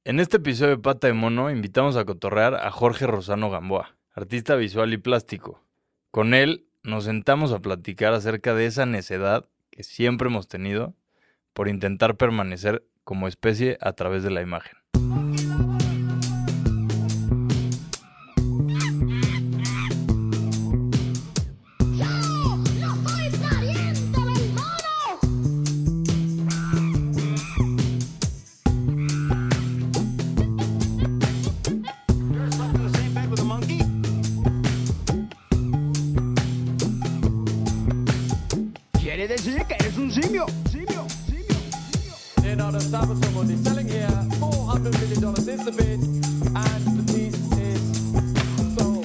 En este episodio de Pata de Mono invitamos a cotorrear a Jorge Rosano Gamboa, artista visual y plástico. Con él nos sentamos a platicar acerca de esa necedad que siempre hemos tenido por intentar permanecer como especie a través de la imagen. Quiere decir que es un simio. In order to stop us from what they're selling here, $400 million is the bid, and the piece is sold.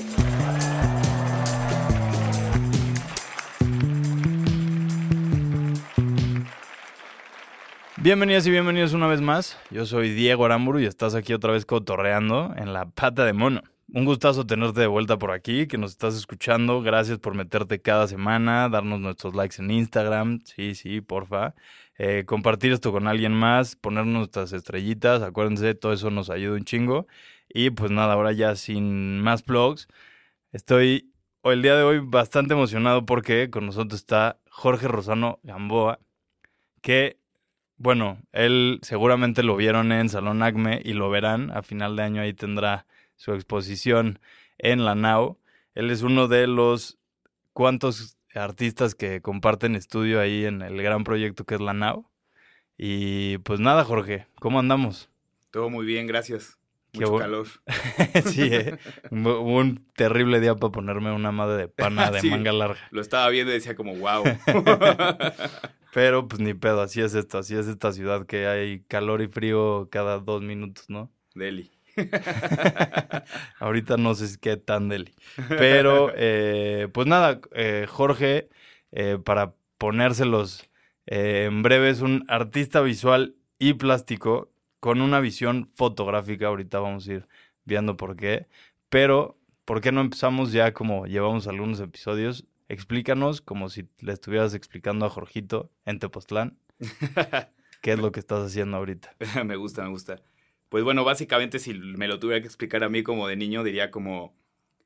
Bienvenidas y bienvenidos una vez más. Yo soy Diego Aramburu y estás aquí otra vez cotorreando en la Pata de Mono. Un gustazo tenerte de vuelta por aquí, que nos estás escuchando. Gracias por meterte cada semana, darnos nuestros likes en Instagram. Sí, porfa. Compartir esto con alguien más, ponernos nuestras estrellitas. Acuérdense, todo eso nos ayuda un chingo. Y pues nada, ahora ya sin más vlogs. Estoy el día de hoy bastante emocionado porque con nosotros está Jorge Rosano Gamboa, que... Bueno, él seguramente lo vieron en Salón Acme y lo verán. A final de año ahí tendrá su exposición en la Nao. Él es uno de los cuantos artistas que comparten estudio ahí en el gran proyecto que es la Nao. Y pues nada, Jorge, ¿cómo andamos? Todo muy bien, gracias. Qué Mucho bu- calor. Sí, hubo un terrible día para ponerme una madre de pana de Sí. manga larga. Lo estaba viendo y decía como, wow. Pero pues ni pedo, así es esta ciudad que hay calor y frío cada 2 minutos, ¿no? Deli. Ahorita no sé qué tan deli. Pero, pues nada, Jorge, para ponérselos en breve, es un artista visual y plástico con una visión fotográfica. Ahorita vamos a ir viendo por qué. Pero, ¿por qué no empezamos ya como llevamos algunos episodios? Explícanos, como si le estuvieras explicando a Jorgito en Tepoztlán, qué es lo que estás haciendo ahorita. Me gusta. Pues bueno, básicamente si me lo tuviera que explicar a mí como de niño, diría como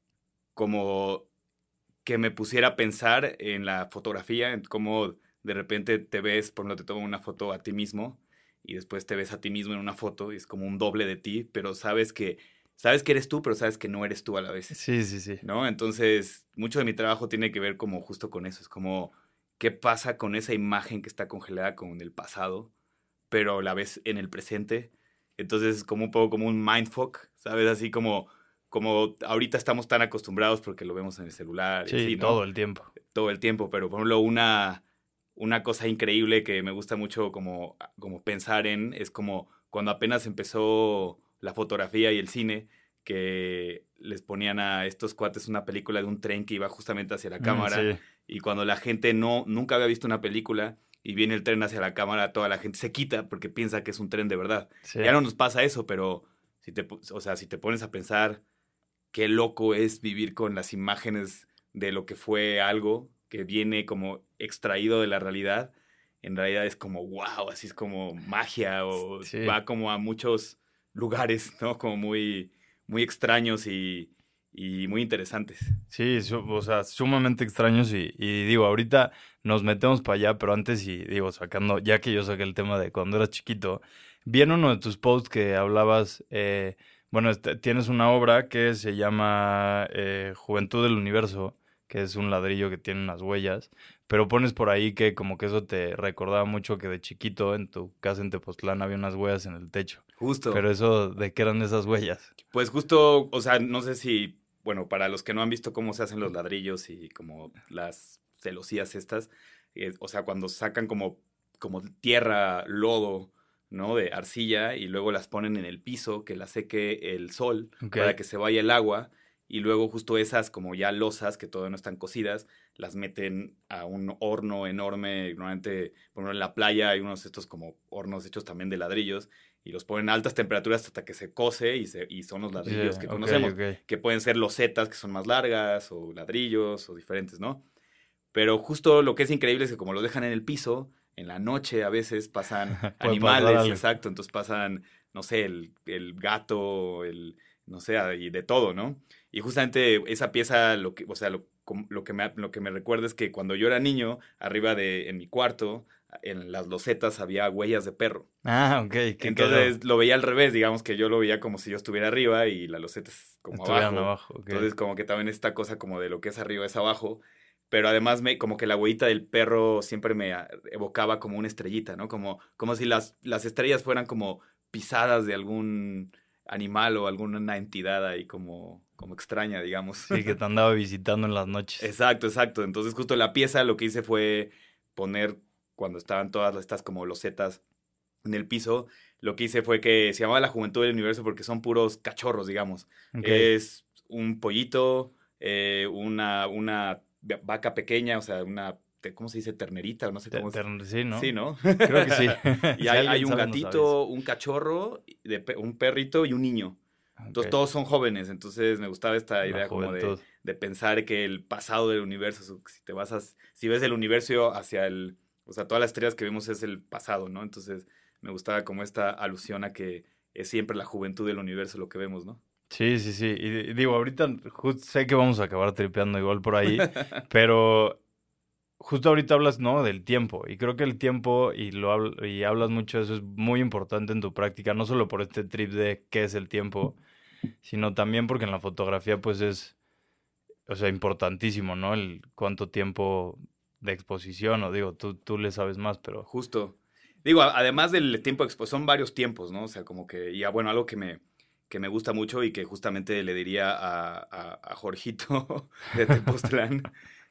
que me pusiera a pensar en la fotografía, en cómo de repente te ves, por ejemplo, te toman una foto a ti mismo y después te ves a ti mismo en una foto y es como un doble de ti, pero sabes que eres tú, pero sabes que no eres tú a la vez. Sí. ¿No? Entonces, mucho de mi trabajo tiene que ver como justo con eso. Es como, ¿qué pasa con esa imagen que está congelada con el pasado, pero a la vez en el presente? Entonces, es como un poco como un mindfuck, ¿sabes? Así como ahorita estamos tan acostumbrados porque lo vemos en el celular y Sí, así, ¿no? todo el tiempo. Todo el tiempo, pero por ejemplo, una cosa increíble que me gusta mucho como pensar en es como cuando apenas empezó la fotografía y el cine, que les ponían a estos cuates una película de un tren que iba justamente hacia la cámara, Sí. y cuando la gente nunca había visto una película y viene el tren hacia la cámara, toda la gente se quita porque piensa que es un tren de verdad. Sí. Ya no nos pasa eso, pero si te pones a pensar qué loco es vivir con las imágenes de lo que fue algo que viene como extraído de la realidad, en realidad es como wow, así es como magia, o Sí. va como a muchos lugares, ¿no? Como muy, muy extraños y muy interesantes. Sí, o sea, sumamente extraños y digo, ahorita nos metemos para allá, pero antes y digo, ya que yo saqué el tema de cuando eras chiquito, vi en uno de tus posts que hablabas, bueno, tienes una obra que se llama Juventud del Universo, que es un ladrillo que tiene unas huellas, pero pones por ahí que como que eso te recordaba mucho que de chiquito en tu casa en Tepoztlán había unas huellas en el techo. Justo. Pero eso, ¿de qué eran esas huellas? Pues justo, o sea, no sé si, bueno, para los que no han visto cómo se hacen los ladrillos y como las celosías estas, o sea, cuando sacan como tierra, lodo, ¿no? De arcilla y luego las ponen en el piso, que las seque el sol Ok. para que se vaya el agua, y luego justo esas como ya losas que todavía no están cocidas, las meten a un horno enorme. Normalmente, por ejemplo, en la playa hay unos de estos como hornos hechos también de ladrillos, y los ponen a altas temperaturas hasta que se cose y son los ladrillos Sí, que ok, conocemos, ok. que pueden ser losetas que son más largas o ladrillos o diferentes, ¿no? Pero justo lo que es increíble es que como los dejan en el piso, en la noche a veces pasan Puede pasar animales, algo. exacto, entonces pasan no sé, el gato, no sé, y de todo, ¿no? Y justamente esa pieza, o sea, lo que me recuerda es que cuando yo era niño, en mi cuarto, en las losetas había huellas de perro. Ah, ok, qué cagado. Entonces lo veía al revés, digamos que yo lo veía como si yo estuviera arriba y la loseta es como Estuvieran abajo. abajo, ok. Entonces como que también esta cosa como de lo que es arriba es abajo, pero además como que la huellita del perro siempre evocaba como una estrellita, ¿no? Como si las estrellas fueran como pisadas de algún animal o alguna entidad ahí como extraña, digamos. Sí, que te andaba visitando en las noches. Exacto, exacto. Entonces justo la pieza lo que hice fue poner, cuando estaban todas estas como losetas en el piso, lo que hice fue que se llamaba La Juventud del Universo porque son puros cachorros, digamos. Ok. Es un pollito, una vaca pequeña, o sea, ¿cómo se dice? Ternerita, o no sé cómo se... Sí, ¿no? Sí, ¿no? Creo que sí. Y Si hay alguien un sabe, nos gatito, un cachorro, un perrito y un niño. avisa. Entonces Ok, todos son jóvenes, entonces me gustaba esta la idea como juventud. de pensar que el pasado del universo, si ves el universo hacia o sea, todas las estrellas que vemos es el pasado, ¿no? Entonces me gustaba como esta alusión a que es siempre la juventud del universo lo que vemos, ¿no? Sí, sí, sí. Y digo, ahorita sé que vamos a acabar tripeando igual por ahí, pero justo ahorita hablas, ¿no? Del tiempo. Y creo que el tiempo, y hablas mucho de eso, es muy importante en tu práctica, no solo por este trip de qué es el tiempo, sino también porque en la fotografía, pues es, o sea, importantísimo, ¿no? El cuánto tiempo de exposición, o digo, tú le sabes más, pero Justo. Digo, además del tiempo de exposición, son varios tiempos, ¿no? O sea, como que, bueno, algo que me gusta mucho y que justamente le diría a Jorgito de Tepoztlán,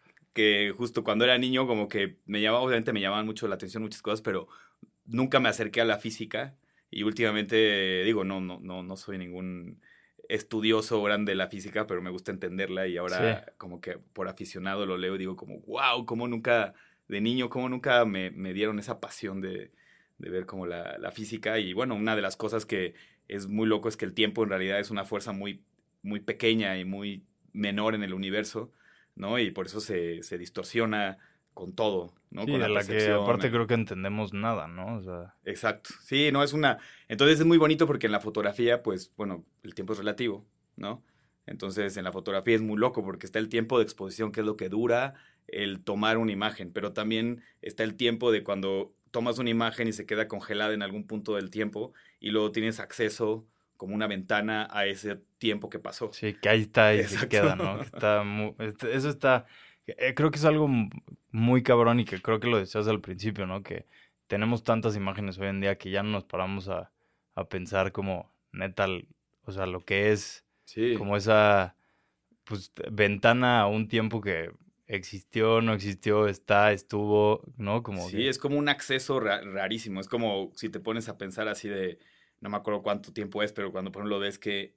que justo cuando era niño como que obviamente me llamaban mucho la atención muchas cosas, pero nunca me acerqué a la física y últimamente, digo, no soy ningún estudioso grande de la física, pero me gusta entenderla y sí. ahora como que por aficionado lo leo y digo como, wow, cómo nunca, de niño, cómo nunca me dieron esa pasión de ver como la física. Y bueno, una de las cosas que es muy loco es que el tiempo en realidad es una fuerza muy pequeña y muy menor en el universo, ¿no? Y por eso se distorsiona con todo, ¿no? Sí, Con de la la que percepción. aparte creo que entendemos nada, ¿no? O sea, Exacto. Sí, no es una. Entonces es muy bonito porque en la fotografía, pues, bueno, el tiempo es relativo, ¿no? Entonces en la fotografía es muy loco porque está el tiempo de exposición, que es lo que dura el tomar una imagen, pero también está el tiempo de cuando tomas una imagen y se queda congelada en algún punto del tiempo y luego tienes acceso como una ventana a ese tiempo que pasó. sí, que ahí está y se Exacto. queda, ¿no? Que está eso está, creo que es algo muy cabrón y que creo que lo decías al principio, ¿no? Que tenemos tantas imágenes hoy en día que ya no nos paramos a pensar como neta, o sea, lo que es Sí. como esa, pues, ventana a un tiempo que existió, no existió, está, estuvo, ¿no? Como Sí, que, es como un acceso rarísimo. Es como si te pones a pensar así de, no me acuerdo cuánto tiempo es, pero cuando por ejemplo ves que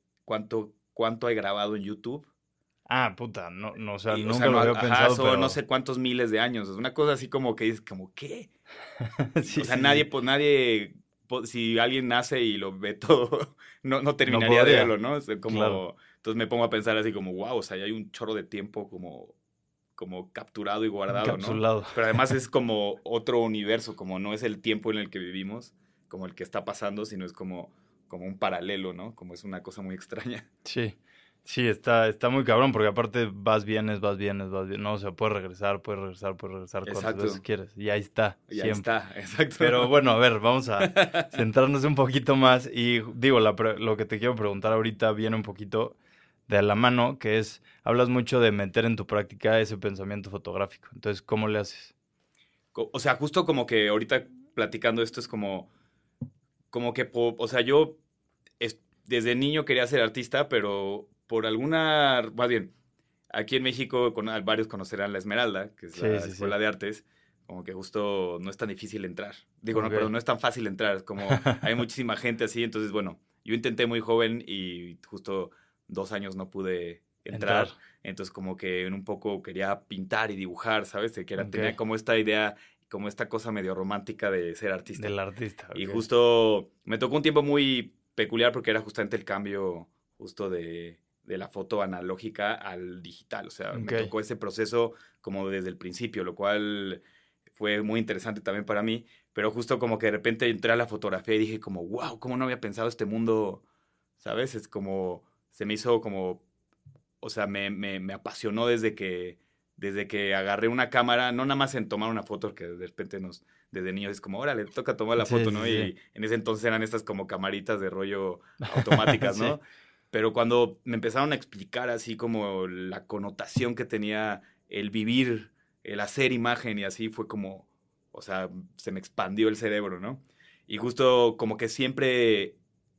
cuánto hay grabado en YouTube. ah, puta, no, no, o sea, Y, o sea, nunca no, lo había ajá, pensado, son no pero sé cuántos miles de años. Es una cosa así como que dices, como, ¿qué? O sí, sea, sí, sí, si alguien nace y lo ve todo, no no terminaría de verlo, podría, ¿no? claro, Entonces me pongo a pensar así como, wow, o sea, ya hay un chorro de tiempo como capturado y guardado, ¿no? encapsulado. Pero además es como otro universo, como no es el tiempo en el que vivimos, como el que está pasando, sino es como un paralelo, ¿no? Como es una cosa muy extraña. Sí, sí, está muy cabrón, porque aparte vas, vienes, no, o sea, puedes regresar cuantas veces Exacto. quieres, y ahí está, Y ahí siempre. está, Pero exacto. bueno, a ver, vamos a centrarnos un poquito más, y digo, lo que te quiero preguntar ahorita viene un poquito de la mano, que es, hablas mucho de meter en tu práctica ese pensamiento fotográfico, entonces, ¿cómo le haces? O sea, justo como que ahorita platicando esto es como que, o sea, yo desde niño quería ser artista, pero por más bien, aquí en México varios conocerán la Esmeralda, que es Sí, la sí, sí, escuela de artes, como que justo no es tan difícil entrar. Digo, no, perdón, ok. no es tan fácil entrar, es como hay muchísima gente así, entonces, bueno, yo intenté muy joven y justo 2 años no pude Entrar, entrar, entonces como que en un poco quería pintar y dibujar, ¿sabes? ok, Tenía como esta idea, como esta cosa medio romántica de ser artista. del artista, Y ok, justo me tocó un tiempo muy peculiar porque era justamente el cambio justo de la foto analógica al digital. O sea, ok, me tocó ese proceso como desde el principio, lo cual fue muy interesante también para mí, pero justo como que de repente entré a la fotografía y dije como, wow, ¿cómo no había pensado este mundo? ¿Sabes? Es como, se me hizo como, o sea, me apasionó desde que agarré una cámara, no nada más en tomar una foto, que de repente desde niños es como, órale, te toca tomar la Sí, foto, sí, ¿no? sí. Y en ese entonces eran estas como camaritas de rollo automáticas, Sí. ¿no? Pero cuando me empezaron a explicar así como la connotación que tenía el vivir, el hacer imagen y así fue como, o sea, se me expandió el cerebro, ¿no? Y justo como que siempre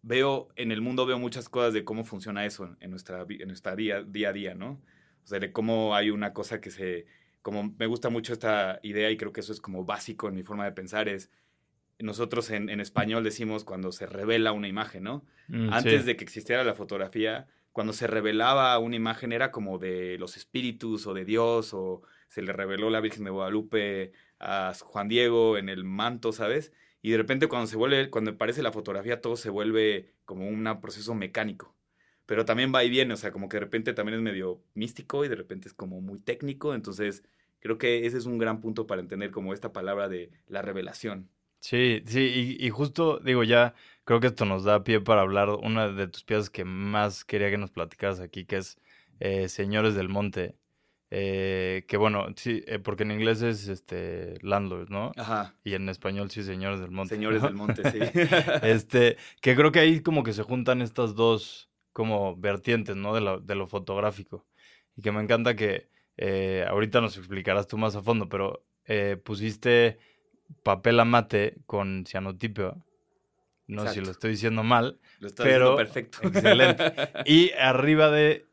en el mundo veo muchas cosas de cómo funciona eso en nuestra día a día, ¿no? O sea, de cómo hay una cosa como me gusta mucho esta idea y creo que eso es como básico en mi forma de pensar, es nosotros en español decimos cuando se revela una imagen, ¿no? Sí. Antes de que existiera la fotografía, cuando se revelaba una imagen era como de los espíritus o de Dios o se le reveló la Virgen de Guadalupe a Juan Diego en el manto, ¿sabes? Y de repente cuando aparece la fotografía todo se vuelve como un proceso mecánico. Pero también va y viene, o sea, como que de repente también es medio místico y de repente es como muy técnico, entonces creo que ese es un gran punto para entender como esta palabra de la revelación. Sí, sí, y justo digo ya, creo que esto nos da pie para hablar una de tus piezas que más quería que nos platicaras aquí, que es Señores del Monte, que bueno, sí, porque en inglés es Landlord, ¿no? Ajá, Y en español sí, Señores del Monte, Señores ¿no? del Monte, sí. Que creo que ahí como que se juntan estas dos como vertientes, ¿no? De lo fotográfico. Y que me encanta que ahorita nos explicarás tú más a fondo, pero pusiste papel a mate con cianotipio. No sé si lo Exacto. estoy diciendo mal, Lo estás diciendo pero perfecto. excelente. Y arriba de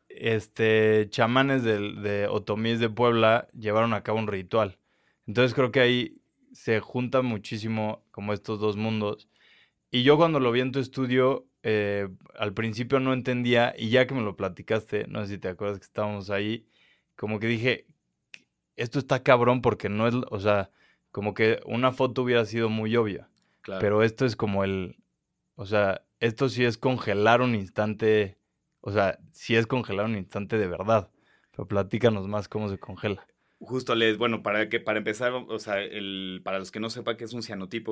chamanes de otomíes de Puebla llevaron a cabo un ritual. Entonces creo que ahí se juntan muchísimo como estos dos mundos. Y yo cuando lo vi en tu estudio, al principio no entendía, y ya que me lo platicaste, no sé si te acuerdas que estábamos ahí, como que dije, esto está cabrón porque no es, o sea, como que una foto hubiera sido muy obvia, Claro. pero esto es como o sea, esto sí es congelar un instante, o sea, sí es congelar un instante de verdad, pero platícanos más cómo se congela. Justo bueno, para empezar, o sea, para los que no sepan qué es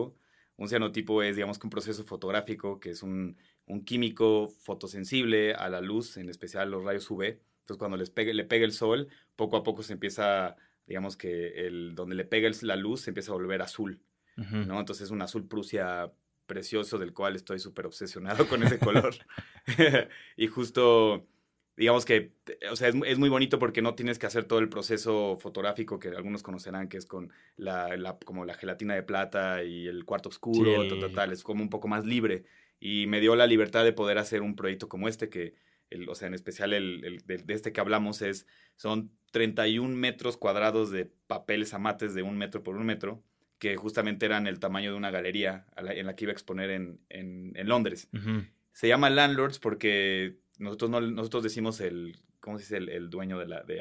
un cianotipo es, digamos, que un proceso fotográfico, que es un químico fotosensible a la luz, en especial los rayos UV. Entonces, cuando le pega el sol, poco a poco se empieza, digamos que donde le pega la luz se empieza a volver azul, Ujú. ¿no? Entonces es un azul Prusia precioso del cual estoy súper obsesionado con ese color. Y justo, digamos que, o sea, es muy bonito porque no tienes que hacer todo el proceso fotográfico que algunos conocerán, que es con como la gelatina de plata y el cuarto Sí, oscuro, tal. Es como un poco más libre. Y me dio la libertad de poder hacer un proyecto como este, o sea, en especial de este que hablamos, son 31 metros cuadrados de papeles amates de 1 metro por 1 metro que justamente eran el tamaño de una galería en la que iba a exponer en Londres. ujú. Se llama Landlords porque nosotros decimos ¿cómo se dice? El dueño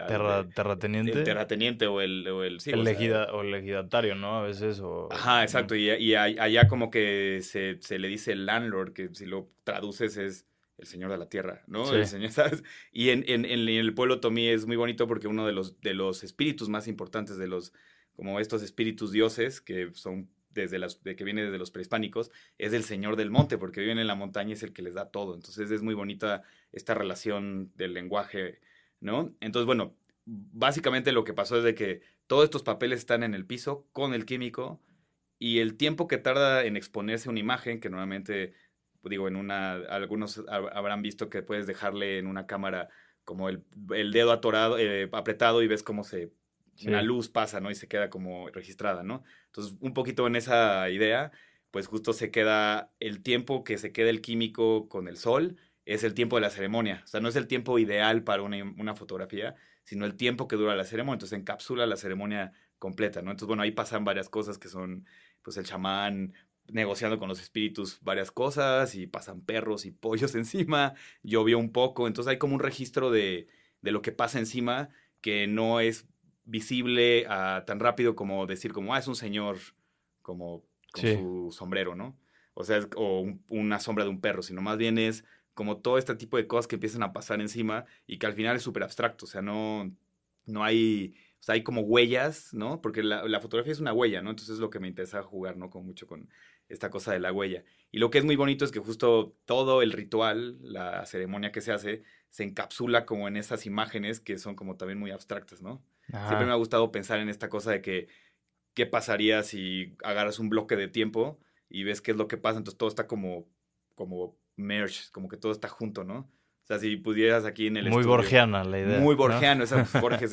el Terrateniente. terrateniente sí, o sea, O el ejidatario, ¿no? A veces, ajá, exacto, allá como que se le dice landlord, que si lo traduces es el señor de la tierra, ¿no? Sí. El señor, ¿sabes? Y en el pueblo tomí es muy bonito porque uno de los espíritus más importantes como estos espíritus dioses, que son que viene desde los prehispánicos, es el señor del monte, porque viven en la montaña y es el que les da todo. Entonces es muy bonita esta relación del lenguaje, ¿no? Entonces, bueno, básicamente lo que pasó es de que todos estos papeles están en el piso con el químico y el tiempo que tarda en exponerse una imagen, que normalmente, digo, algunos habrán visto que puedes dejarle en una cámara como el dedo atorado, apretado y ves cómo una Sí. luz pasa, ¿no? Y se queda como registrada, ¿no? Entonces, un poquito en esa idea, pues justo se queda el tiempo que se queda el químico con el sol, es el tiempo de la ceremonia. O sea, no es el tiempo ideal para una fotografía, sino el tiempo que dura la ceremonia. Entonces, encapsula la ceremonia completa, ¿no? Entonces, bueno, ahí pasan varias cosas que son, pues, el chamán negociando con los espíritus varias cosas y pasan perros y pollos encima, llovió un poco, entonces hay como un registro de lo que pasa encima que no es visible tan rápido como decir como, es un señor como con Sí. su sombrero, ¿no? O sea, una sombra de un perro, sino más bien es como todo este tipo de cosas que empiezan a pasar encima y que al final es súper abstracto, o sea, no hay, o sea, hay como huellas, ¿no? Porque la fotografía es una huella, ¿no? Entonces es lo que me interesa jugar, ¿no? Con mucho con esta cosa de la huella. Y lo que es muy bonito es que justo todo el ritual, la ceremonia que se hace, se encapsula como en esas imágenes que son como también muy abstractas, ¿no? Siempre me ha Ajá. gustado pensar en esta cosa de que, ¿qué pasaría si agarras un bloque de tiempo y ves qué es lo que pasa? Entonces todo está como merge, como que todo está junto, ¿no? O sea, si pudieras aquí en el Muy estudio, borgiana la idea, muy ¿no? borgiano, esa pues, Borges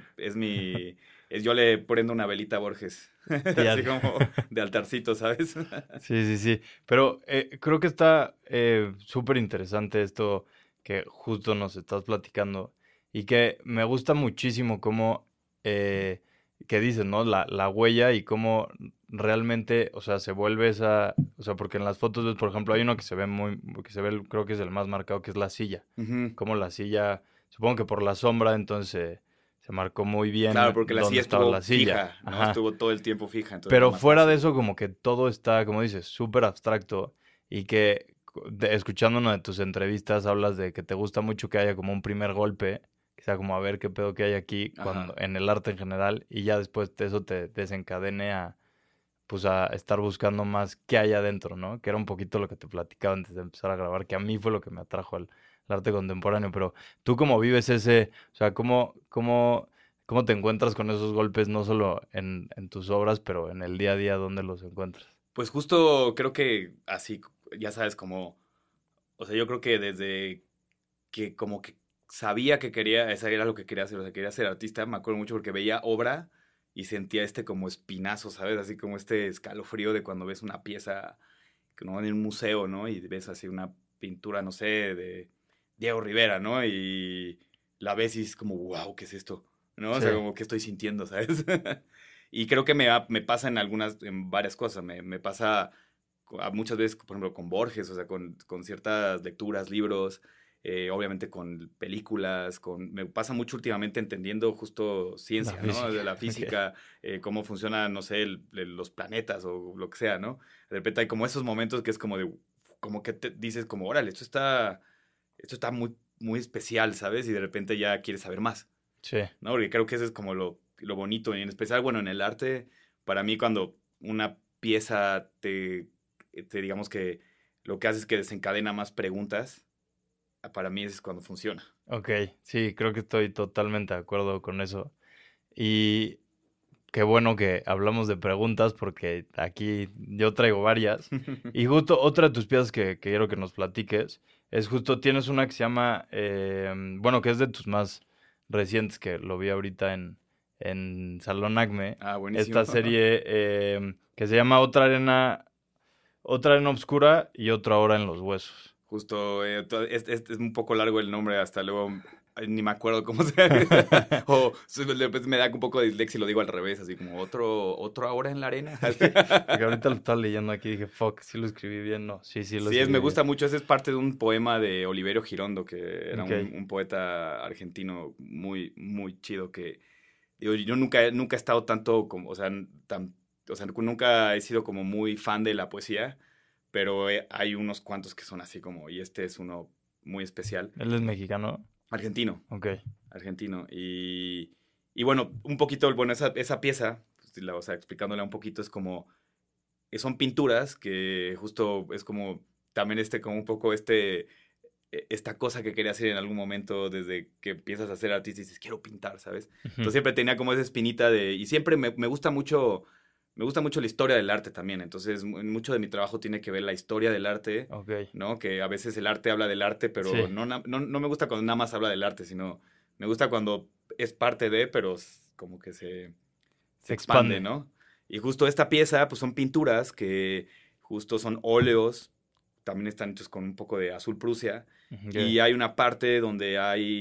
yo le prendo una velita a Borges, así Diario. como de altarcito, ¿sabes? Sí, sí, sí. Pero creo que está súper interesante esto que justo nos estás platicando y que me gusta muchísimo cómo, que dices, ¿no? La huella y cómo realmente, o sea, se vuelve esa, o sea, porque en las fotos, ves, por ejemplo, hay uno que se ve que se ve, creo que es el más marcado, que es la silla. Ujú. Como la silla, supongo que por la sombra, entonces se marcó muy Claro, bien porque la silla dónde estaba estuvo la silla. fija, ¿no? Ajá. Estuvo todo el tiempo fija, entonces era Pero más fuera de fácil. eso, como que todo está, como dices, súper abstracto y que escuchando una de tus entrevistas hablas de que te gusta mucho que haya como un primer golpe, que sea como a ver qué pedo que hay aquí cuando Ajá. en el arte en general y ya después eso te desencadene a pues a estar buscando más qué hay adentro, ¿no? Que era un poquito lo que te platicaba antes de empezar a grabar, que a mí fue lo que me atrajo al arte contemporáneo, pero tú cómo vives ese, o sea, cómo te encuentras con esos golpes, no solo en tus obras, pero en el día a día, ¿dónde los encuentras? Pues justo creo que así, ya sabes, como, o sea, yo creo que desde que como que sabía que quería, esa era lo que quería hacer, o sea, quería ser artista, me acuerdo mucho porque veía obra y sentía este como espinazo, ¿sabes? Así como este escalofrío de cuando ves una pieza, ¿no? En un museo, ¿no? Y ves así una pintura, no sé, de Diego Rivera, ¿no? Y la ves y es como, wow, ¿qué es esto? ¿No? O Sí, sea, como que estoy sintiendo, ¿sabes? Y creo que me pasa en varias cosas, me pasa muchas veces, por ejemplo, con Borges, o sea, con ciertas lecturas, libros, obviamente con películas, me pasa mucho últimamente entendiendo justo la ciencia, ¿no? física, De la ok. física, cómo funcionan, no sé, los planetas o lo que sea, ¿no? De repente hay como esos momentos que es como de, como que te dices como, órale, esto está muy, muy especial, ¿sabes? Y de repente ya quieres saber más, Sí, ¿no? Porque creo que eso es como lo bonito, y en especial, bueno, en el arte, para mí cuando una pieza digamos que lo que hace es que desencadena más preguntas, para mí es cuando funciona. ok, sí, creo que estoy totalmente de acuerdo con eso. Y qué bueno que hablamos de preguntas porque aquí yo traigo varias. Y justo otra de tus piezas que quiero que nos platiques es justo, tienes una que se llama, bueno, que es de tus más recientes, que lo vi ahorita en Salón Acme, Ah, buenísimo. esta serie que se llama Otra arena oscura y otra hora en los huesos. Justo, es un poco largo el nombre, hasta luego ni me acuerdo cómo se o después me da un poco de dislexia y lo digo al revés, así como otro ahora en la arena. Así. Porque ahorita lo estaba leyendo aquí y dije, fuck, sí lo escribí bien. No, sí, sí lo Me escribí bien. gusta mucho, ese es parte de un poema de Oliverio Girondo, que era Ok, un poeta argentino muy, muy chido, que digo, yo nunca he estado tanto como, o sea, nunca he sido como muy fan de la poesía, pero hay unos cuantos que son así como, y este es uno muy especial, él es mexicano. argentino, Ok, argentino, y bueno, un poquito, bueno, esa pieza, pues, o sea, explicándola un poquito, es como son pinturas que justo es como también como un poco esta cosa que quería hacer en algún momento desde que empiezas a ser artista y dices, quiero pintar, ¿sabes? ujú, Entonces siempre tenía como esa espinita y siempre me gusta mucho la historia del arte también, entonces mucho de mi trabajo tiene que ver la historia del arte, ok, ¿no? Que a veces el arte habla del arte, pero sí, no me gusta cuando nada más habla del arte, sino me gusta cuando es parte de, pero como que se se expande, expande. ¿no? Y justo esta pieza, pues son pinturas que justo son óleos, también están hechos con un poco de azul Prusia, Ok. y hay una parte donde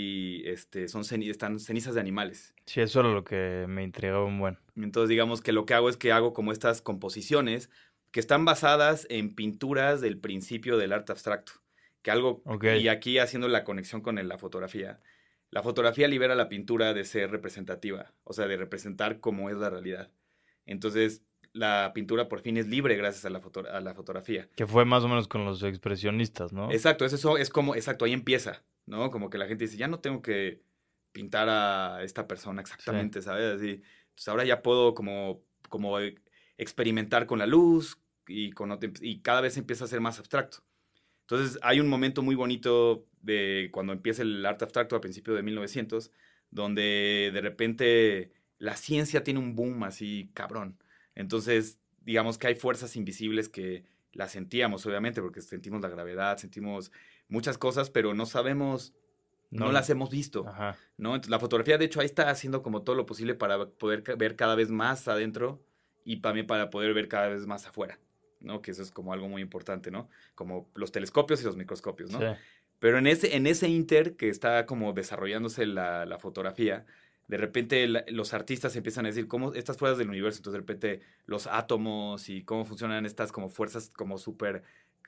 están cenizas de animales. Sí, eso era lo que me intrigaba un buen. Entonces, digamos que lo que hago es que hago como estas composiciones que están basadas en pinturas del principio del arte abstracto. Ok, Y aquí haciendo la conexión con la fotografía libera la pintura de ser representativa, o sea, de representar cómo es la realidad. Entonces, la pintura por fin es libre gracias a la fotografía. que fue más o menos con los expresionistas, ¿no? Exacto, eso es como, exacto, ahí empieza, ¿no? Como que la gente dice, ya no tengo que pintar a esta persona exactamente, ¿sabes? Así. Entonces ahora ya puedo como experimentar con la luz y cada vez empieza a ser más abstracto. Entonces hay un momento muy bonito de cuando empieza el arte abstracto a principios de 1900, donde de repente la ciencia tiene un boom así cabrón. Entonces, digamos que hay fuerzas invisibles que las sentíamos, obviamente, porque sentimos la gravedad, sentimos muchas cosas, pero no sabemos, no las hemos visto, Ajá. ¿no? Entonces, la fotografía, de hecho, ahí está haciendo como todo lo posible para poder ver cada vez más adentro y también para poder ver cada vez más afuera, ¿no? Que eso es como algo muy importante, ¿no? Como los telescopios y los microscopios, ¿no? Sí. Pero en ese inter que está como desarrollándose la fotografía, de repente los artistas empiezan a decir cómo estas fuerzas del universo, entonces de repente los átomos y cómo funcionan estas como fuerzas como súper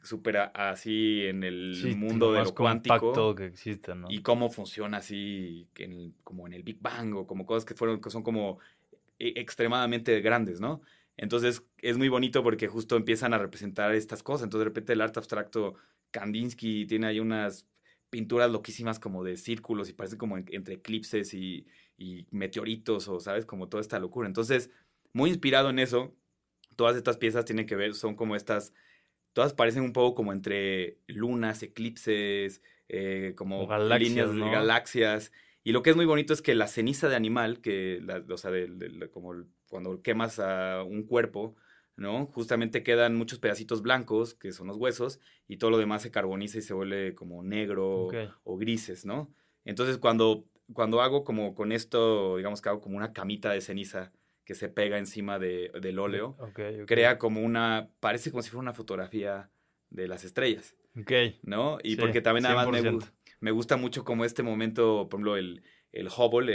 así en el Sí, mundo de más lo cuántico compacto que existe, ¿no? y cómo funciona así como en el Big Bang o como cosas que son como extremadamente grandes, ¿no? Entonces es muy bonito porque justo empiezan a representar estas cosas. Entonces de repente el arte abstracto Kandinsky tiene ahí unas pinturas loquísimas como de círculos y parece como entre eclipses y meteoritos o, ¿sabes? Como toda esta locura. Entonces, muy inspirado en eso, todas estas piezas tienen que ver, son como estas, todas parecen un poco como entre lunas, eclipses, como galaxias, líneas de ¿no? galaxias. Y lo que es muy bonito es que la ceniza de animal, o sea, como cuando quemas a un cuerpo, ¿no? Justamente quedan muchos pedacitos blancos, que son los huesos, y todo lo demás se carboniza y se vuelve como negro Ok. o grises, ¿no? Entonces cuando hago como con esto, digamos que hago como una camita de ceniza que se pega encima del óleo, Ok. crea como parece como si fuera una fotografía de las estrellas, Ok. ¿no? Y Sí, porque también además 100%. me gusta mucho como este momento, por ejemplo, el Hubble,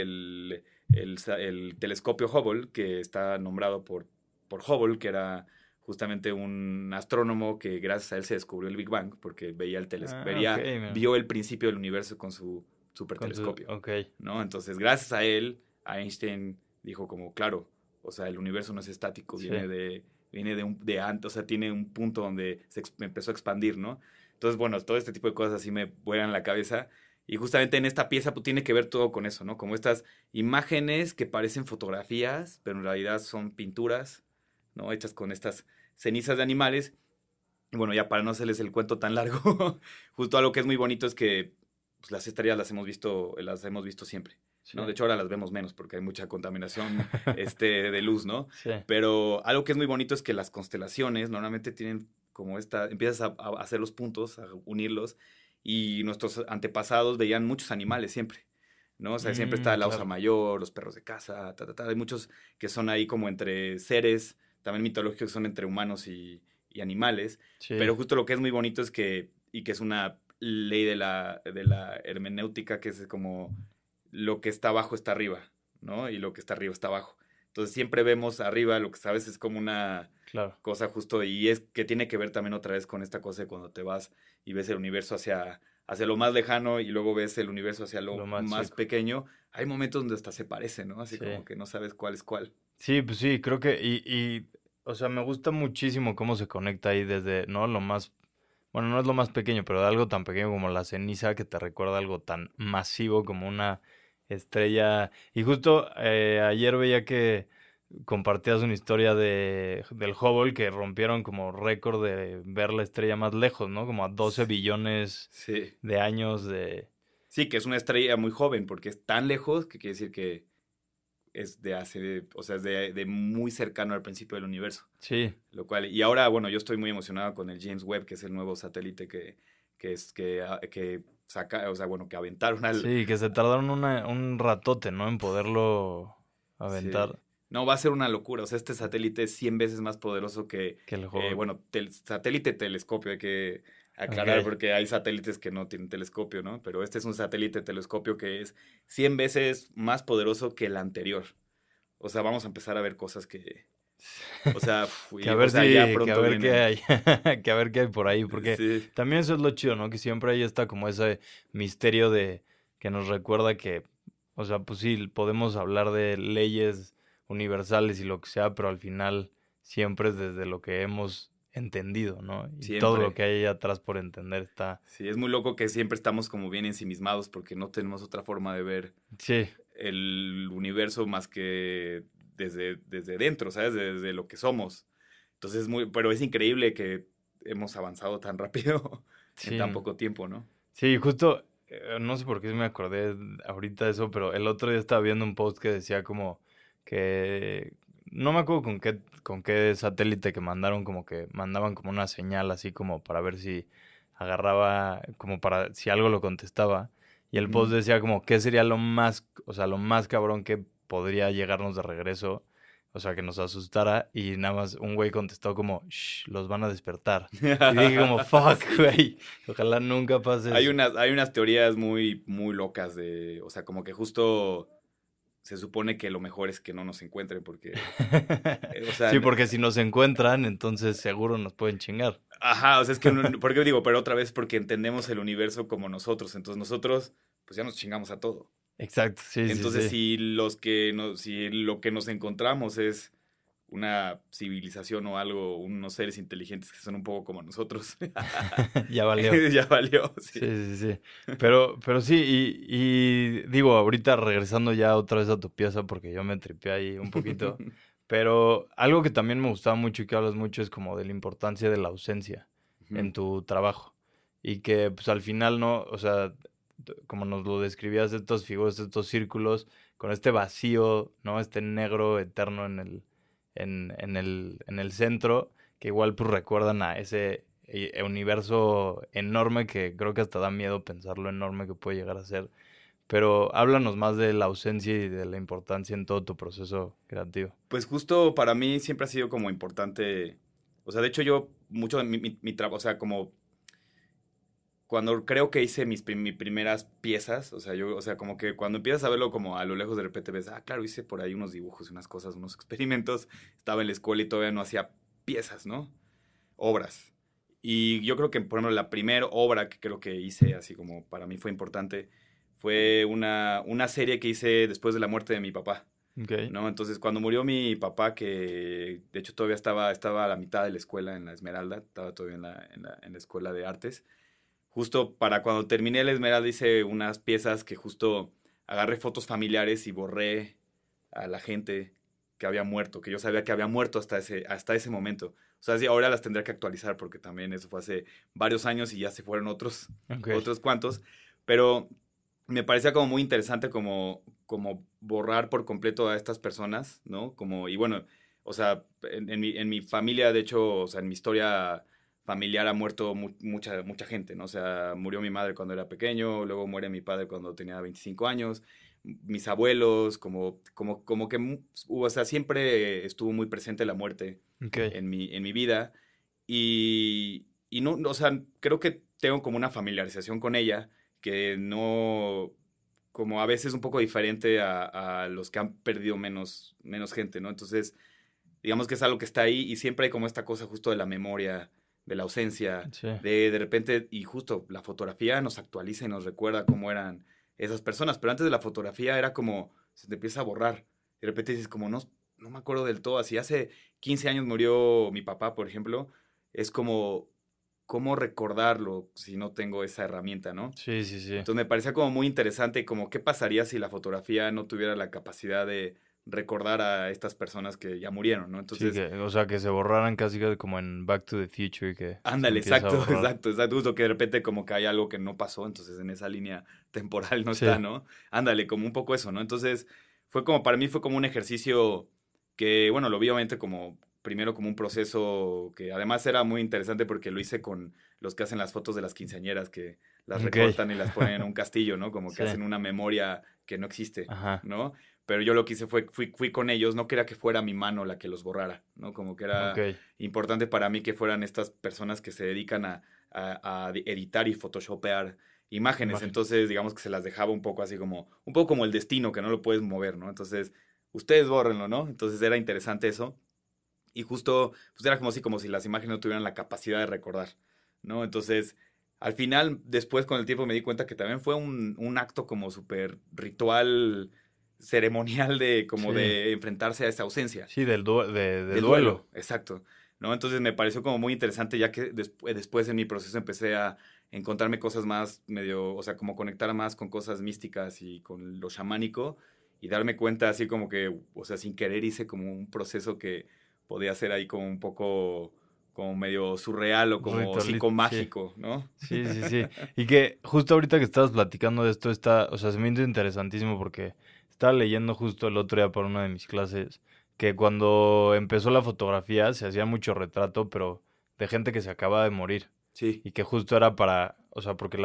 el telescopio Hubble, que está nombrado por Hubble, que era justamente un astrónomo que gracias a él se descubrió el Big Bang, porque Ok, man. vio el principio del universo con su Con su... supertelescopio, Ok. ¿no? Entonces, gracias a él, Einstein dijo como, claro, o sea, el universo no es estático, Sí. viene de antes, o sea, tiene un punto donde empezó a expandir, ¿no? Entonces, bueno, todo este tipo de cosas así me vuelan la cabeza. Y justamente en esta pieza pues, tiene que ver todo con eso, ¿no? Como estas imágenes que parecen fotografías, pero en realidad son pinturas, ¿no? Hechas con estas cenizas de animales. Y bueno, ya para no hacerles el cuento tan largo, justo algo que es muy bonito es que pues, las estrellas las hemos visto siempre, Sí. ¿no? De hecho, ahora las vemos menos porque hay mucha contaminación de luz, ¿no? Sí. Pero algo que es muy bonito es que las constelaciones normalmente tienen como empiezas a hacer los puntos, a unirlos, y nuestros antepasados veían muchos animales siempre, ¿no? O sea, siempre está la osa Claro. mayor, los perros de casa, hay muchos que son ahí como entre seres, también mitológicos que son entre humanos y animales, Sí. pero justo lo que es muy bonito es que es una ley de la hermenéutica, que es como lo que está abajo está arriba, ¿no? Y lo que está arriba está abajo. Entonces siempre vemos arriba, lo que sabes es como una Claro. cosa justo, y es que tiene que ver también otra vez con esta cosa de cuando te vas y ves el universo hacia lo más lejano y luego ves el universo hacia lo Lo más más chico. pequeño. Hay momentos donde hasta se parecen, ¿no? Así Sí. como que no sabes cuál es cuál. Sí, pues sí, creo que... o sea, me gusta muchísimo cómo se conecta ahí desde, ¿no? Lo más... Bueno, no es lo más pequeño, pero de algo tan pequeño como la ceniza que te recuerda algo tan masivo como una estrella. Y justo ayer veía que compartías una historia del Hubble que rompieron como récord de ver la estrella más lejos, ¿no? Como a 12 billones Sí. de años de... Sí, que es una estrella muy joven porque es tan lejos que quiere decir que es o sea, es de muy cercano al principio del universo. Sí, Lo cual, y ahora, bueno, yo estoy muy emocionado con el James Webb, que es el nuevo satélite que saca, o sea, bueno, que aventaron sí, que se tardaron un ratote, ¿no? En poderlo Sí. aventar No, va a ser una locura. O sea, este satélite es 100 veces más poderoso que el Hubble. bueno, satélite telescopio, hay que aclarar Ok. porque hay satélites que no tienen telescopio, ¿no? Pero este es un satélite telescopio que es 100 veces más poderoso que el anterior. O sea, vamos a empezar a ver cosas o sea, Que a ver ya si, que a pronto ver qué vienen. hay, que a ver qué hay por ahí, porque Sí, también eso es lo chido, ¿no? Que siempre ahí está como ese misterio de que nos recuerda que, o sea, pues sí, podemos hablar de leyes universales y lo que sea, pero al final siempre es desde lo que hemos entendido, ¿no? Y Siempre. todo lo que hay ahí atrás por entender está... Sí, es muy loco que siempre estamos como bien ensimismados porque no tenemos otra forma de ver Sí, el universo más que desde dentro, ¿sabes? Desde lo que somos. Entonces, pero es increíble que hemos avanzado tan rápido en sí. tan poco tiempo, ¿no? Sí, justo, no sé por qué me acordé ahorita de eso, pero el otro día estaba viendo un post que decía como que, no me acuerdo con qué satélite que mandaron, como que mandaban como una señal así como para ver si agarraba, como para, si algo lo contestaba. Y el post Ujú. decía como, ¿qué sería lo más, o sea, lo más cabrón que podría llegarnos de regreso? O sea, que nos asustara y nada más un güey contestó como, shh, los van a despertar. Y dije como, fuck, Sí. güey. Ojalá nunca pase Hay eso. unas teorías muy locas o sea, como que justo se supone que lo mejor es que no nos encuentren porque, o sea, Sí, porque si nos encuentran, entonces seguro nos pueden chingar. ajá, o sea, es que, ¿por qué digo? Pero otra vez porque entendemos el universo como nosotros, entonces nosotros, pues ya nos chingamos a todo. Exacto, sí, sí, Entonces, sí. si lo que nos encontramos es una civilización o algo, unos seres inteligentes que son un poco como nosotros, Ya valió. ya valió, Sí, sí. sí, sí. Pero sí, y digo, ahorita regresando ya otra vez a tu pieza, porque yo me tripeé ahí un poquito. Pero algo que también me gustaba mucho y que hablas mucho es como de la importancia de la ausencia Ujú, en tu trabajo. Y que pues al final no, o sea, como nos lo describías, estos figuras, estos círculos, con este vacío, ¿no? Este negro eterno en el centro, que igual pues recuerdan a ese universo enorme que creo que hasta da miedo pensar lo enorme que puede llegar a ser. Pero háblanos más de la ausencia y de la importancia en todo tu proceso creativo. Pues justo para mí siempre ha sido como importante, o sea, de hecho yo mucho de mi trabajo, o sea, como cuando creo que hice mis primeras piezas, o sea, como que cuando empiezas a verlo como a lo lejos de repente ves, ah, claro, hice por ahí unos dibujos y unas cosas, unos experimentos, estaba en la escuela y todavía no hacía piezas, ¿no? Obras. Y yo creo que, por ejemplo, la primera obra que creo que hice, así como para mí fue importante, fue una serie que hice después de la muerte de mi papá. Ok. ¿No? Entonces, cuando murió mi papá, que de hecho todavía estaba a la mitad de la escuela en la Esmeralda, estaba todavía en la escuela de artes, justo para cuando terminé la Esmeralda hice unas piezas que justo agarré fotos familiares y borré a la gente que había muerto, que yo sabía que había muerto hasta ese momento. O sea, sí, ahora las tendré que actualizar porque también eso fue hace varios años y ya se fueron Ok. otros cuantos, pero me parecía como muy interesante como borrar por completo a estas personas, ¿no? Y bueno, o sea, en mi familia, de hecho, o sea, en mi historia familiar ha muerto mucha gente, ¿no? O sea, murió mi madre cuando era pequeño, luego muere mi padre cuando tenía 25 años, mis abuelos, como que, o sea, siempre estuvo muy presente la muerte Ok. en mi vida y no, o sea, creo que tengo como una familiarización con ella que no, como a veces un poco diferente a los que han perdido menos gente, ¿no? Entonces, digamos que es algo que está ahí y siempre hay como esta cosa justo de la memoria, de la ausencia, Sí. de repente, y justo la fotografía nos actualiza y nos recuerda cómo eran esas personas, pero antes de la fotografía era como, se te empieza a borrar, de repente dices como, no me acuerdo del todo, así hace 15 años murió mi papá, por ejemplo, es como, ¿cómo recordarlo si no tengo esa herramienta, ¿no? Sí, sí, sí. Entonces me parecía como muy interesante, como qué pasaría si la fotografía no tuviera la capacidad de recordar a estas personas que ya murieron, ¿no? Sí, Entonces, que, o sea, que se borraran casi como en Back to the Future y que se ándale, empieza a exacto, borrar. exacto, justo que de repente como que hay algo que no pasó, entonces en esa línea temporal no está, Sí. ¿no? Ándale, como un poco eso, ¿no? Entonces, para mí fue como un ejercicio que, bueno, lo vi obviamente como, primero como un proceso que además era muy interesante porque lo hice con los que hacen las fotos de las quinceañeras, que las Ok. recortan y las ponen en un castillo, ¿no? Como que Sí. hacen una memoria que no existe, Ajá. ¿no? Pero yo lo que hice fui con ellos, no quería que fuera mi mano la que los borrara, ¿no? Como que Ok. era importante para mí que fueran estas personas que se dedican a editar y photoshopear imágenes. Imagen. Entonces, digamos que se las dejaba un poco así como, un poco como el destino, que no lo puedes mover, ¿no? Entonces, ustedes bórrenlo, ¿no? Entonces era interesante eso. Y justo, pues era como si las imágenes no tuvieran la capacidad de recordar, ¿no? Entonces, al final, después con el tiempo me di cuenta que también fue un acto como súper ritual, ceremonial como Sí. de enfrentarse a esa ausencia. Sí, del Del duelo. duelo, exacto. ¿no? Entonces me pareció como muy interesante, ya que después en mi proceso empecé a encontrarme cosas más medio, o sea, como conectar más con cosas místicas y con lo chamánico y darme cuenta así como que, o sea, sin querer hice como un proceso que podía ser ahí como un poco, como medio surreal o como Ritualito, sí. psicomágico, ¿no? Sí, sí, sí. Y que justo ahorita que estabas platicando de esto, o sea, se me hizo interesantísimo porque estaba leyendo justo el otro día por una de mis clases que cuando empezó la fotografía se hacía mucho retrato, pero de gente que se acaba de morir. Sí, Y que justo era para, o sea, porque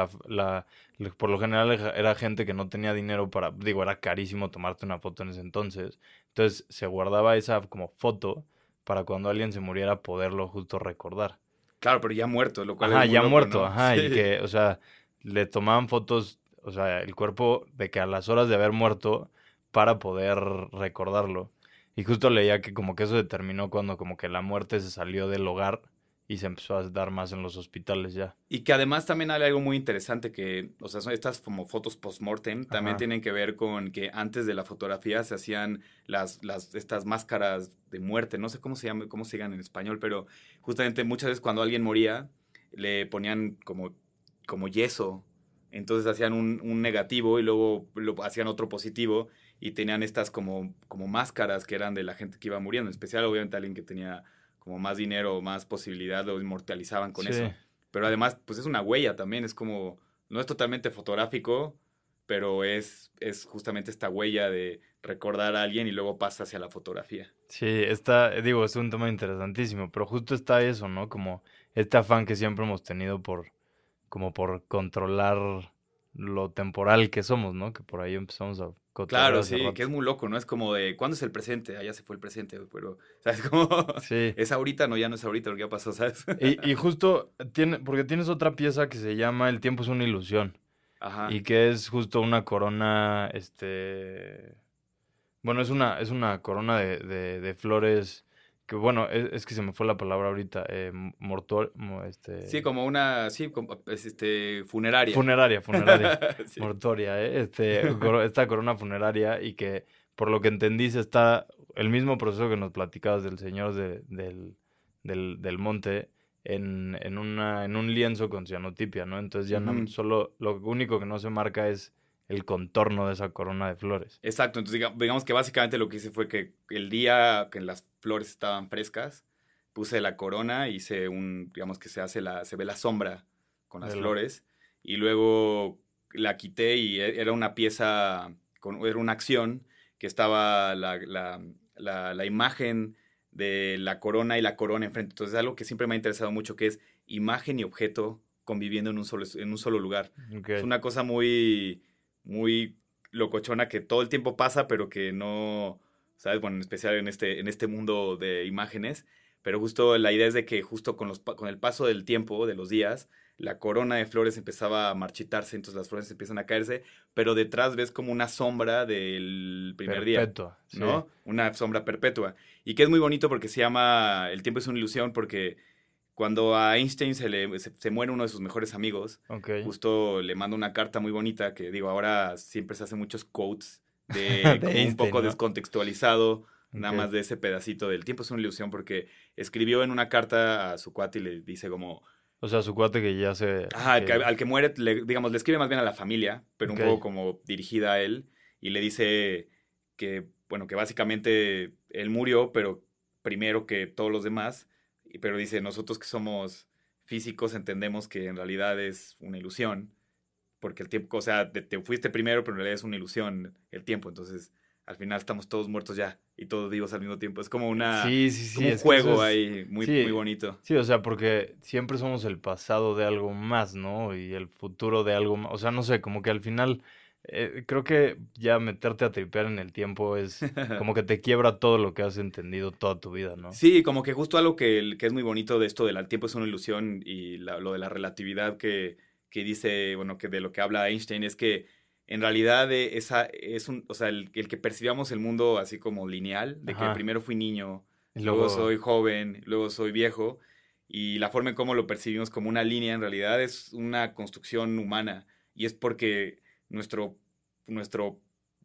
por lo general era gente que no tenía dinero para, digo, era carísimo tomarte una foto en ese entonces. Entonces se guardaba esa como foto para cuando alguien se muriera poderlo justo recordar. claro, pero ya muerto, lo cual es Ajá, muy ya loco, muerto, ¿no? ajá, y Sí. que, o sea, le tomaban fotos, o sea, el cuerpo de que a las horas de haber muerto para poder recordarlo. Y justo leía que como que eso determinó cuando como que la muerte se salió del hogar y se empezó a dar más en los hospitales ya. Y que además también hay algo muy interesante que, o sea, son estas como fotos post-mortem, también Ajá, tienen que ver con que antes de la fotografía se hacían estas máscaras de muerte, no sé cómo se llama, cómo se llaman en español, pero justamente muchas veces cuando alguien moría, le ponían como yeso, entonces hacían un negativo y luego lo hacían otro positivo y tenían estas como máscaras que eran de la gente que iba muriendo, en especial obviamente alguien que tenía como más dinero o más posibilidad, lo inmortalizaban con sí. eso. Pero además, pues es una huella también, es como, no es totalmente fotográfico, pero es justamente esta huella de recordar a alguien y luego pasa hacia la fotografía. Sí, digo, es un tema interesantísimo, pero justo está eso, ¿no? Como este afán que siempre hemos tenido como por controlar lo temporal que somos, ¿no? Que por ahí empezamos a cotorrear Claro, hace sí, que rato. es muy loco, ¿no? Es como de, ¿cuándo es el presente? Ah, ya se fue el presente, pero, ¿sabes? Como, Sí. ¿es ahorita? No, ya no es ahorita, lo que ya pasó, ¿sabes? Y justo porque tienes otra pieza que se llama El tiempo es una ilusión Ajá, y que es justo una corona, bueno, es una corona de flores que, bueno, es que se me fue la palabra ahorita, sí, como una, sí, como, funeraria. funeraria, Sí. mortoria, esta corona funeraria y que, por lo que entendí, está el mismo proceso que nos platicabas del señor del monte en un lienzo con cianotipia, ¿no? Entonces ya Ujú. solo lo único que no se marca es el contorno de esa corona de flores. Exacto, entonces digamos que básicamente lo que hice fue que el día que las flores estaban frescas, puse la corona, hice digamos que se ve la sombra con las De la, flores, y luego la quité y era una pieza, era una acción que estaba la imagen de la corona y la corona enfrente. Entonces es algo que siempre me ha interesado mucho, que es imagen y objeto conviviendo en un solo lugar. ok. Es una cosa muy, muy locochona que todo el tiempo pasa, pero que no, ¿sabes? Bueno, en especial en este mundo de imágenes, pero justo la idea es de que justo con el paso del tiempo, de los días, la corona de flores empezaba a marchitarse, entonces las flores empiezan a caerse, pero detrás ves como una sombra del primer día, Perpetua, sí. ¿no? Una sombra perpetua. Y que es muy bonito porque se llama El tiempo es una ilusión, porque cuando a Einstein se muere uno de sus mejores amigos, Ok. justo le manda una carta muy bonita que digo, ahora siempre se hacen muchos quotes de De como un poco Einstein, ¿no? descontextualizado, Ok. nada más de ese pedacito del tiempo es una ilusión porque escribió en una carta a su cuate y le dice como, O sea, su cuate que ya se... ajá, al que muere, digamos, le escribe más bien a la familia, pero un Ok. poco como dirigida a él y le dice que, bueno, que básicamente él murió, pero primero que todos los demás, pero dice, nosotros que somos físicos entendemos que en realidad es una ilusión, porque el tiempo, o sea, te fuiste primero, pero en realidad es una ilusión el tiempo, entonces al final estamos todos muertos ya y todos vivos al mismo tiempo. Es como Sí, sí, como sí, un es que eso juego es... ahí muy, muy Sí, bonito. sí, o sea, porque siempre somos el pasado de algo más, ¿no? Y el futuro de algo más. O sea, no sé, como que al final creo que ya meterte a tripear en el tiempo es como que te quiebra todo lo que has entendido toda tu vida, ¿no? Sí, como que justo algo que es muy bonito de esto del tiempo es una ilusión y lo de la relatividad que dice, bueno, que de lo que habla Einstein es que en realidad o sea, el que percibamos el mundo así como lineal, de que Ajá. primero fui niño, Y luego luego, soy joven, luego soy viejo, y la forma en cómo lo percibimos como una línea en realidad es una construcción humana y es porque nuestro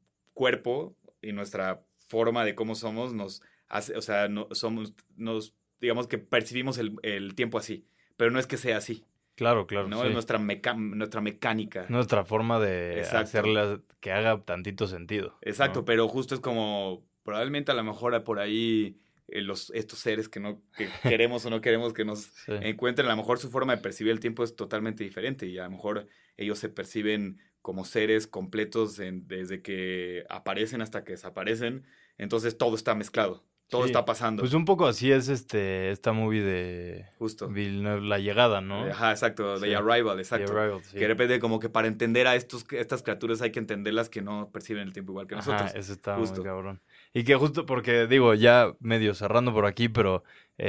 cuerpo y nuestra forma de cómo somos nos hace, o sea, no, somos, nos digamos que percibimos el tiempo así, pero no es que sea así, Claro, claro, ¿no? sí. Es nuestra mecánica. Nuestra forma de Exacto. hacerle que haga tantito sentido. Exacto, ¿no? pero justo es como, probablemente a lo mejor por ahí estos seres que queremos o no queremos que nos Sí. encuentren, a lo mejor su forma de percibir el tiempo es totalmente diferente y a lo mejor ellos se perciben como seres completos desde que aparecen hasta que desaparecen, entonces todo está mezclado, todo Sí. está pasando, Pues un poco así es esta movie de justo. Villeneuve, La Llegada, ¿no? Ajá, exacto, Sí. The Arrival, The exacto. Arrival, sí. Que de repente como que para entender a estas criaturas hay que entenderlas que no perciben el tiempo igual que Ajá, nosotros. eso está Justo. muy cabrón. Y que justo porque, digo, ya medio cerrando por aquí, pero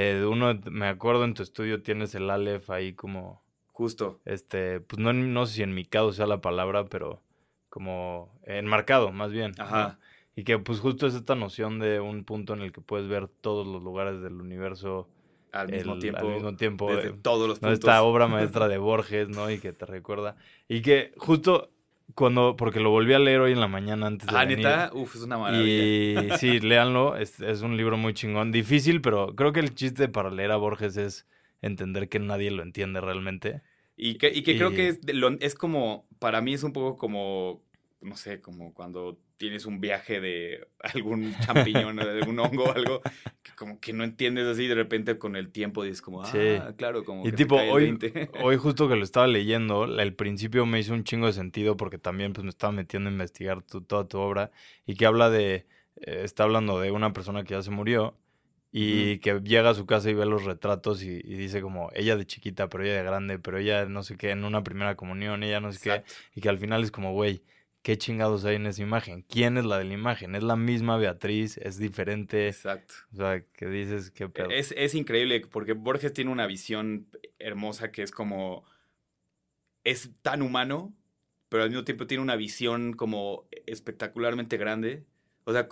me acuerdo en tu estudio tienes el Aleph ahí como, Justo. pues no sé si enmicado sea la palabra, pero como enmarcado, más bien. ¿no? Ajá. Y que pues justo es esta noción de un punto en el que puedes ver todos los lugares del universo Al mismo tiempo, desde eh, todos los ¿no? puntos. Esta obra maestra de Borges, ¿no? Y que te recuerda. Y que justo porque lo volví a leer hoy en la mañana antes de venir. ¿Neta? Uf, es una maravilla. Y sí, léanlo, es un libro muy chingón. Difícil, pero creo que el chiste para leer a Borges es entender que nadie lo entiende realmente. Y que creo Y- que es como, para mí es un poco como, no sé, como cuando tienes un viaje de algún champiñón o de algún hongo o algo, que como que no entiendes así, de repente con el tiempo dices como, Sí. claro, como Y que tipo, te cae el hoy, 20. hoy justo que lo estaba leyendo, el principio me hizo un chingo de sentido porque también pues me estaba metiendo a investigar toda tu obra y que está hablando de una persona que ya se murió y que llega a su casa y ve los retratos y dice como ella de chiquita, pero ella de grande, pero ella no sé qué, en una primera comunión, ella no sé Exacto. qué, y que al final es como, güey, ¿qué chingados hay en esa imagen? ¿Quién es la de la imagen? ¿Es la misma Beatriz? ¿Es diferente? Exacto. O sea, que dices, qué pedo. Es increíble porque Borges tiene una visión hermosa que es como, es tan humano, pero al mismo tiempo tiene una visión como espectacularmente grande. O sea,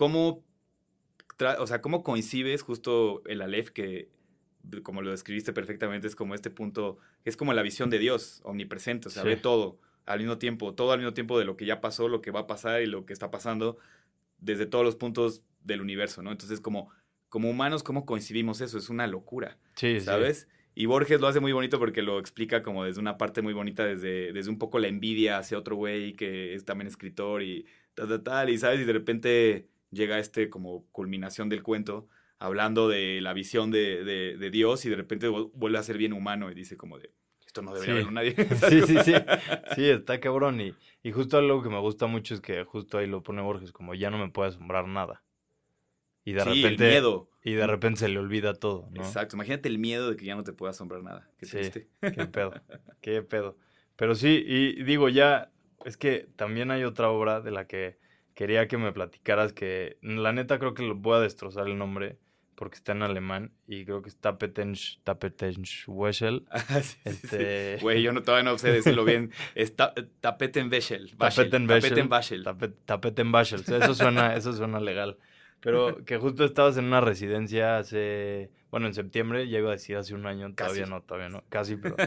cómo coincides justo el Aleph, que como lo describiste perfectamente, es como este punto, es como la visión de Dios, omnipresente, o sea, Sí. ve todo al mismo tiempo de lo que ya pasó, lo que va a pasar y lo que está pasando, desde todos los puntos del universo, ¿no? Entonces, como humanos, ¿cómo coincidimos eso? Es una locura, Sí, ¿sabes? Y Borges lo hace muy bonito porque lo explica como desde una parte muy bonita, desde un poco la envidia hacia otro güey que es también escritor y tal, y ¿sabes? Y de repente llega como culminación del cuento, hablando de la visión de Dios y de repente vuelve a ser bien humano y dice como de, esto no debería Sí. verlo nadie. Sí. Sí, está cabrón. Y justo algo que me gusta mucho es que justo ahí lo pone Borges, como ya no me puede asombrar nada. Y de Sí, el repente. miedo. Y de repente se le olvida todo, ¿no? Exacto, imagínate el miedo de que ya no te pueda asombrar nada. Qué Sí, triste. qué pedo. Qué pedo. Pero sí, y digo, ya, es que también hay otra obra de la que quería que me platicaras que la neta creo que lo voy a destrozar el nombre porque está en alemán y creo que es Tapetenschwechsel. Ah, sí, Este- sí. Güey, yo todavía no sé decirlo bien. Es Tapetenwechsel. Tapetenwechsel. Tapetenwechsel. O sea, eso suena legal. Pero que justo estabas en una residencia en septiembre, ya iba a decir hace un año, Casi. todavía no, casi, pero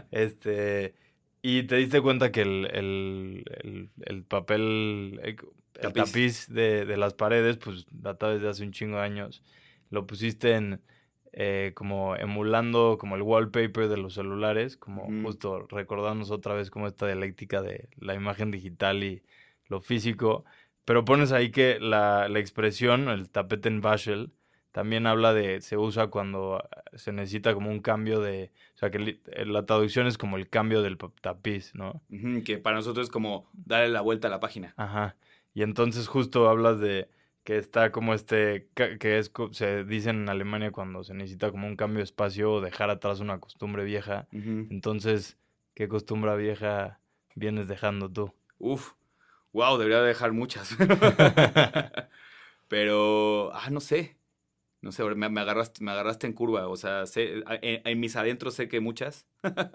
y te diste cuenta que el papel, el tapiz de las paredes, pues data desde hace un chingo de años, lo pusiste como emulando como el wallpaper de los celulares, como justo recordándonos otra vez como esta dialéctica de la imagen digital y lo físico, pero pones ahí que la expresión, el Tapetenwechsel, también habla se usa cuando se necesita como un cambio o sea que la traducción es como el cambio del tapiz, ¿no? Que para nosotros es como darle la vuelta a la página. Ajá. Y entonces justo hablas de que está como se dice en Alemania cuando se necesita como un cambio de espacio o dejar atrás una costumbre vieja. Entonces, ¿qué costumbre vieja vienes dejando tú? Uf, wow, debería dejar muchas. Pero, no sé. No sé, me agarraste en curva. O sea, en mis adentros sé que muchas.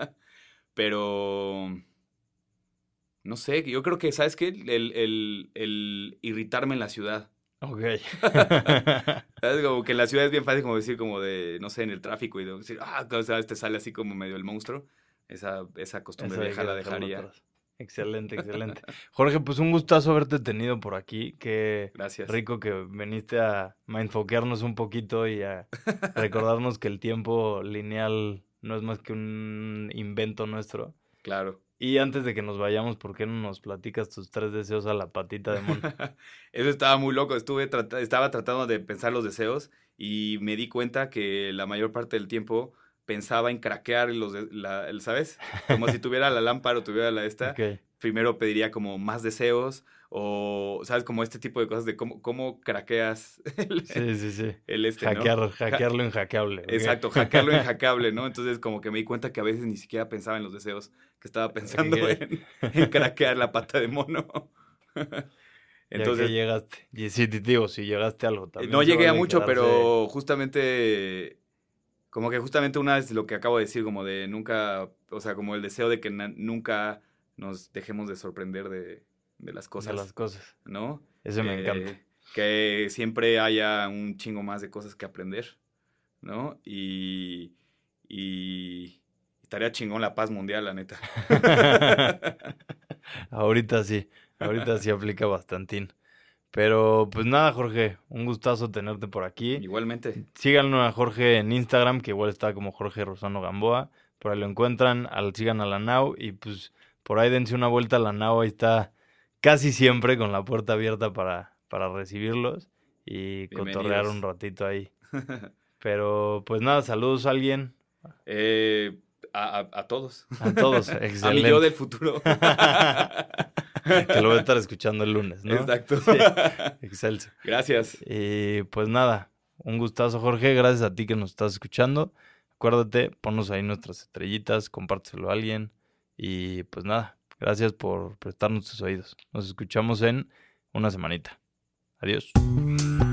Pero, no sé, yo creo que, ¿sabes qué? El irritarme en la ciudad. Ok. ¿Sabes? Como que en la ciudad es bien fácil como decir como de, no sé, en el tráfico y decir, ¿sabes? Te sale así como medio el monstruo. Esa costumbre Esa hay vieja que la dejarlo dejaría. atrás. Excelente, excelente. Jorge, pues un gustazo haberte tenido por aquí. Qué Gracias. rico que viniste a mindfoquearnos un poquito y a recordarnos que el tiempo lineal no es más que un invento nuestro. Claro. Y antes de que nos vayamos, ¿por qué no nos platicas tus 3 deseos a la patita de mono? Eso estaba muy loco. Estaba tratando de pensar los deseos y me di cuenta que la mayor parte del tiempo pensaba en craquear ¿sabes? Como si tuviera la lámpara o tuviera la esta. Ok. Primero pediría como más deseos o, ¿sabes? Como este tipo de cosas de cómo craqueas Sí. ¿no? Hackear lo inhackeable. Ok. Exacto, hackear lo inhackeable, ¿no? Entonces como que me di cuenta que a veces ni siquiera pensaba en los deseos, que estaba pensando Ok. en craquear la pata de mono. Ya Entonces, que llegaste. Y sí, te digo, si llegaste a algo también. no se llegué a vale mucho, quedarse- pero justamente una es lo que acabo de decir, como de nunca, o sea, como el deseo de que nunca nos dejemos de sorprender de las de cosas, las cosas. ¿no? Eso me encanta. Que siempre haya un chingo más de cosas que aprender, ¿no? Y estaría chingón la paz mundial, la neta. Ahorita sí aplica bastantín. Pero pues nada, Jorge, un gustazo tenerte por aquí. Igualmente. Síganlo a Jorge en Instagram, que igual está como Jorge Rosano Gamboa. Por ahí lo encuentran, sigan a la Nau y pues por ahí dense una vuelta a la Nau, ahí está casi siempre con la puerta abierta para recibirlos y cotorrear un Bienvenidos. ratito ahí. Pero pues nada, saludos a alguien, A todos. a todos, A mi excelente. yo del futuro. Que lo voy a estar escuchando el lunes, ¿no? Exacto. Sí, excelso. Gracias. Y pues nada, un gustazo, Jorge. Gracias a ti que nos estás escuchando. Acuérdate, ponnos ahí nuestras estrellitas, compárteselo a alguien. Y pues nada, gracias por prestarnos tus oídos. Nos escuchamos en una semanita. Adiós.